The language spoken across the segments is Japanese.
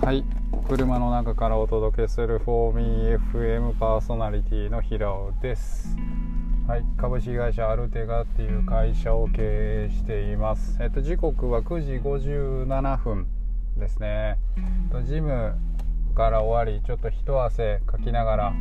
はい、車の中からお届けする 4MeFM パーソナリティの平尾です。はい、株式会社アルテガっていう会社を経営しています。時刻は9時57分ですね。ジムから終わり、ちょっと一汗かきながら、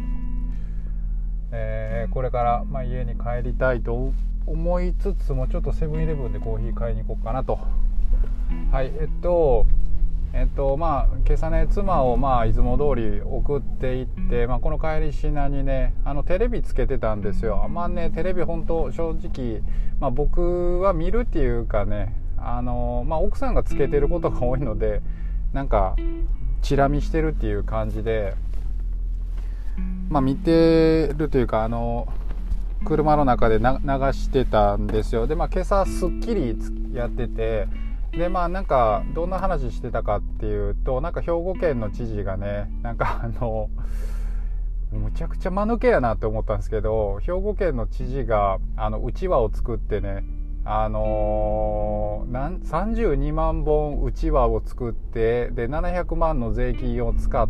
これから、家に帰りたいと思いつつも、ちょっとセブンイレブンでコーヒー買いに行こうかなと。はい、今朝ね、妻をいつも通り送っていって、この帰りしなにね、テレビつけてたんですよ。テレビ本当正直、僕は見るっていうかね、奥さんがつけてることが多いので、なんかチラ見してるっていう感じで、見てるというか、車の中で流してたんですよ。で、今朝スッキリやってて、でなんかどんな話してたかっていうと、なんか兵庫県の知事がね、なんかむちゃくちゃ間抜けやなって思ったんですけど、兵庫県の知事がうちわを作ってね、32万本うちわを作って、で700万の税金を使って、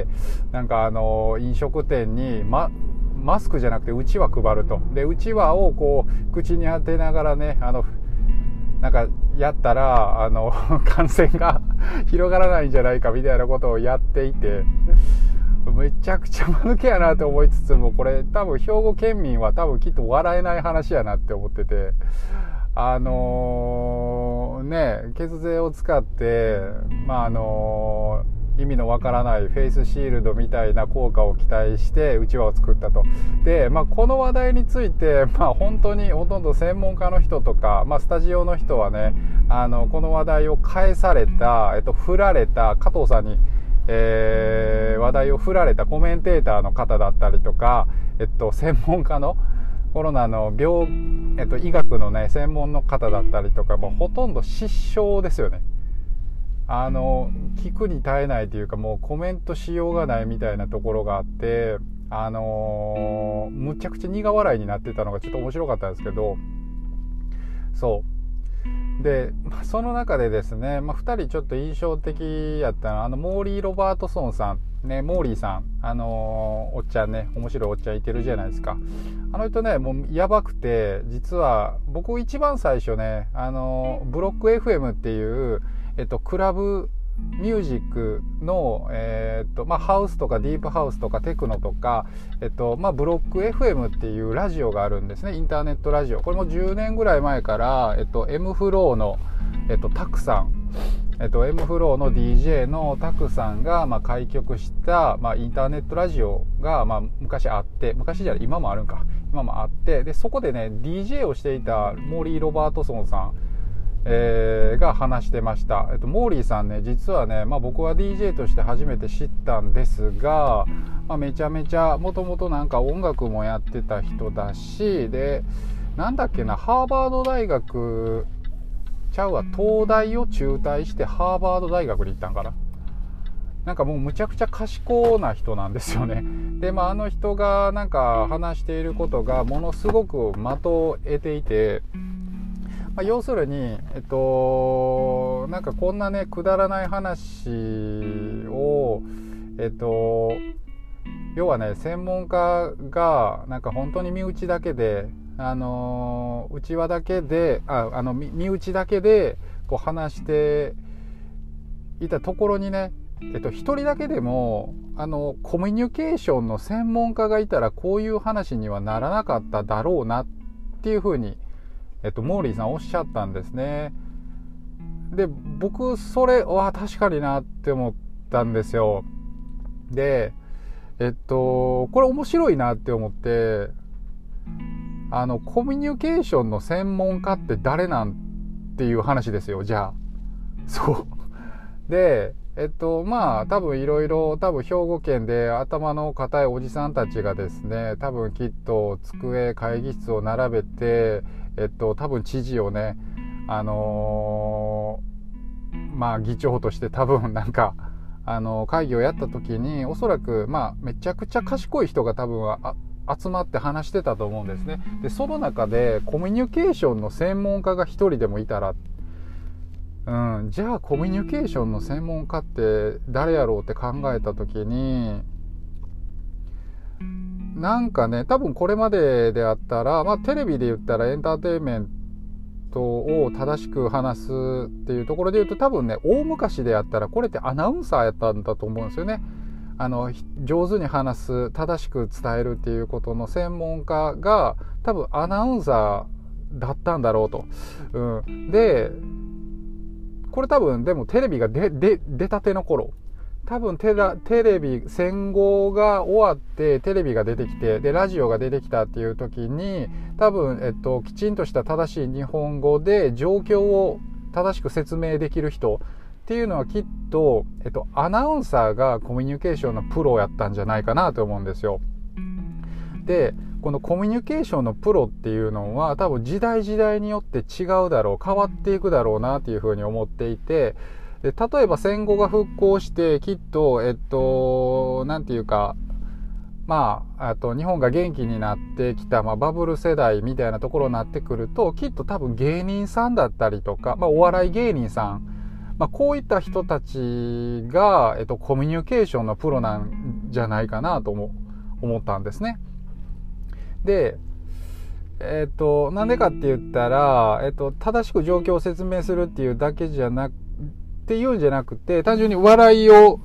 なんか飲食店にマスクじゃなくてうちわ配ると。でうちわをこう口に当てながらね、なんかやったら感染が広がらないんじゃないかみたいなことをやっていて、めちゃくちゃ間抜けやなと思いつつも、これ多分兵庫県民は多分きっと笑えない話やなって思ってて、血税を使って意味のわからないフェイスシールドみたいな効果を期待してうちわを作ったと。で、この話題について、本当にほとんど専門家の人とか、スタジオの人はね、この話題を返された、振られた加藤さんに、話題を振られたコメンテーターの方だったりとか、専門家のコロナの医学のね専門の方だったりとか、ほとんど失笑ですよね。聞くに耐えないというか、もうコメントしようがないみたいなところがあって、むちゃくちゃ苦笑いになってたのがちょっと面白かったんですけど、そうで、その中でですね、2人ちょっと印象的やったのは、モーリー・ロバートソンさんね、モーリーさん、おっちゃんね、面白いおっちゃんいてるじゃないですか。人ね、もうやばくて、実は僕一番最初ね、ブロック FM っていうクラブミュージックの、ハウスとかディープハウスとかテクノとか、ブロック FM っていうラジオがあるんですね。インターネットラジオ。これも10年ぐらい前から、M フローの、タクさん、M フローの DJ のタクさんが、開局した、インターネットラジオが、昔あって、昔じゃない、今もあるんか。今もあって、で、そこでね、DJ をしていたモーリー・ロバートソンさん、が話してました。モーリーさんね、実はね、僕は DJ として初めて知ったんですが、めちゃめちゃもともとなんか音楽もやってた人だし、でなんだっけな、ハーバード大学東大を中退してハーバード大学に行ったんかな。なんかもうむちゃくちゃ賢な人なんですよね。で人がなんか話していることがものすごく的を得ていて、要するに、なんかこんなねくだらない話を、要はね、専門家がなんか本当に身内だけで、内輪だけで身内だけでこう話していたところにね、一人だけでもコミュニケーションの専門家がいたらこういう話にはならなかっただろうなっていうふうにモーリーさんおっしゃったんですね。で、僕それは確かになって思ったんですよ。で、これ面白いなって思って、コミュニケーションの専門家って誰なんっていう話ですよ。じゃあそうで、多分いろいろ、多分兵庫県で頭の固いおじさんたちがですね、多分きっと会議室を並べて、多分知事をね、議長として多分なんか会議をやった時に、おそらくめちゃくちゃ賢い人が多分集まって話してたと思うんですね。でその中でコミュニケーションの専門家が一人でもいたらっじゃあコミュニケーションの専門家って誰やろうって考えた時に、なんかね、多分これまでであったら、テレビで言ったらエンターテインメントを正しく話すっていうところで言うと、多分ね、大昔であったらこれってアナウンサーやったんだと思うんですよね。上手に話す、正しく伝えるっていうことの専門家が多分アナウンサーだったんだろうと。で、これ多分でもテレビが出たての頃、多分テレビ戦後が終わってテレビが出てきて、でラジオが出てきたっていう時に、多分、きちんとした正しい日本語で状況を正しく説明できる人っていうのはきっと、アナウンサーがコミュニケーションのプロやったんじゃないかなと思うんですよ。でこのコミュニケーションのプロっていうのは多分時代時代によって違うだろう、変わっていくだろうなっていうふうに思っていて、で例えば戦後が復興してきっとなんていうか、あと日本が元気になってきた、バブル世代みたいなところになってくると、きっと多分芸人さんだったりとか、お笑い芸人さん、こういった人たちが、コミュニケーションのプロなんじゃないかなと思ったんですね。でなんでかって言ったら、正しく状況を説明するっていうだけじゃなくっていうんじゃなくて、単純に笑いを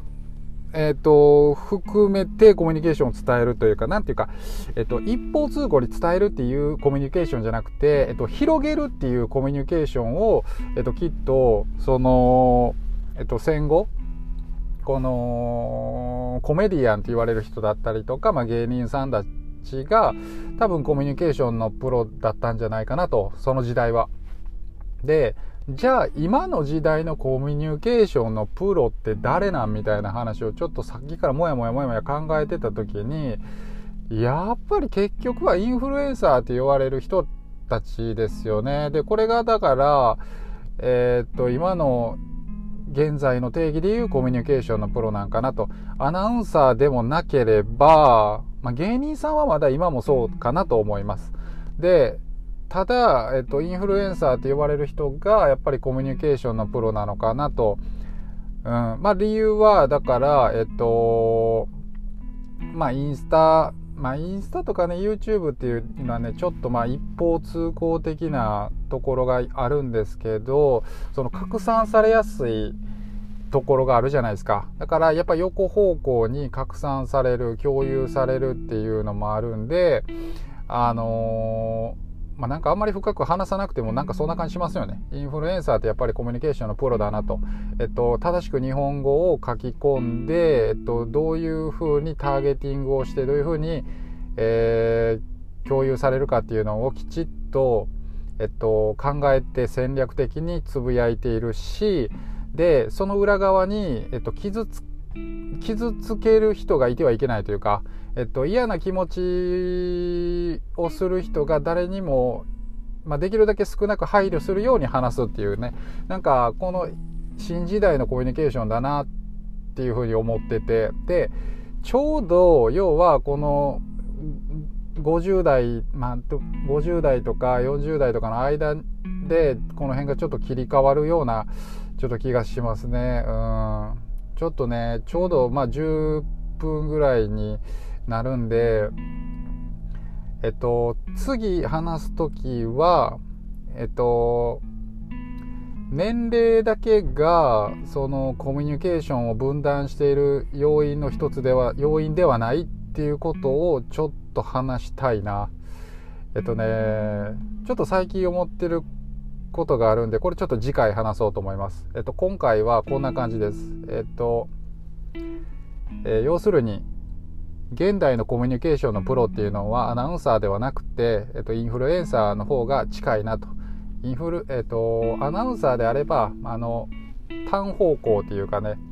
含めてコミュニケーションを伝えるというか、なんていうか、一方通行に伝えるっていうコミュニケーションじゃなくて、広げるっていうコミュニケーションを、きっとその、戦後このコメディアンって言われる人だったりとか、芸人さんたちが多分コミュニケーションのプロだったんじゃないかなと、その時代は。でじゃあ今の時代のコミュニケーションのプロって誰なんみたいな話をちょっとさっきからもやもや考えてた時に、やっぱり結局はインフルエンサーって言われる人たちですよね。でこれがだから今の現在の定義でいうコミュニケーションのプロなんかなと。アナウンサーでもなければ、芸人さんはまだ今もそうかなと思います。でただ、インフルエンサーって呼ばれる人がやっぱりコミュニケーションのプロなのかなと。理由はだからインスタとかね YouTube っていうのはね、ちょっと一方通行的なところがあるんですけど、その拡散されやすいところがあるじゃないですか。だからやっぱ横方向に拡散される、共有されるっていうのもあるんで、なんかあんまり深く話さなくてもなんかそんな感じしますよね。インフルエンサーってやっぱりコミュニケーションのプロだなと。正しく日本語を書き込んで、どういうふうにターゲティングをして、どういうふうに、共有されるかっていうのをきちっと、考えて戦略的につぶやいているし、でその裏側に、傷つける人がいてはいけないというか、嫌な気持ちをする人が誰にも、できるだけ少なく配慮するように話すっていうね、なんかこの新時代のコミュニケーションだなっていうふうに思ってて、でちょうど要はこの50代、50代とか40代とかの間でこの辺がちょっと切り替わるようなちょっと気がしますね。ちょっとね、ちょうど10分ぐらいになるんで、次話すときは、年齢だけがそのコミュニケーションを分断している要因ではないっていうことをちょっと話したいな。ちょっと最近思ってることがあるんで、これちょっと次回話そうと思います。今回はこんな感じです。要するに現代のコミュニケーションのプロっていうのはアナウンサーではなくて、インフルエンサーの方が近いなと。アナウンサーであれば単方向っていうかね、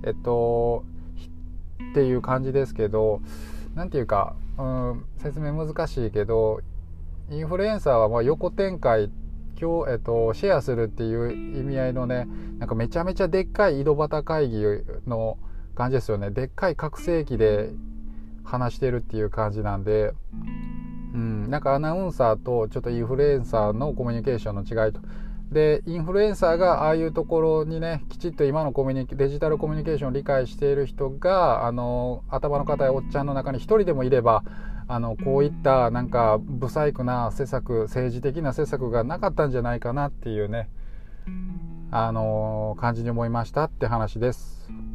っていう感じですけど、なんていうか、説明難しいけど、インフルエンサーは横展開、シェアするっていう意味合いのね、なんかめちゃめちゃでっかい井戸端会議の感じですよね。でっかい拡声器で話してるっていう感じなんで、なんかアナウンサーとちょっとインフルエンサーのコミュニケーションの違いと。 でインフルエンサーがああいうところにねきちっと今のデジタルコミュニケーションを理解している人が頭の固いおっちゃんの中に一人でもいればこういったなんか不細工な施策、政治的な施策がなかったんじゃないかなっていうね感じに思いましたって話です。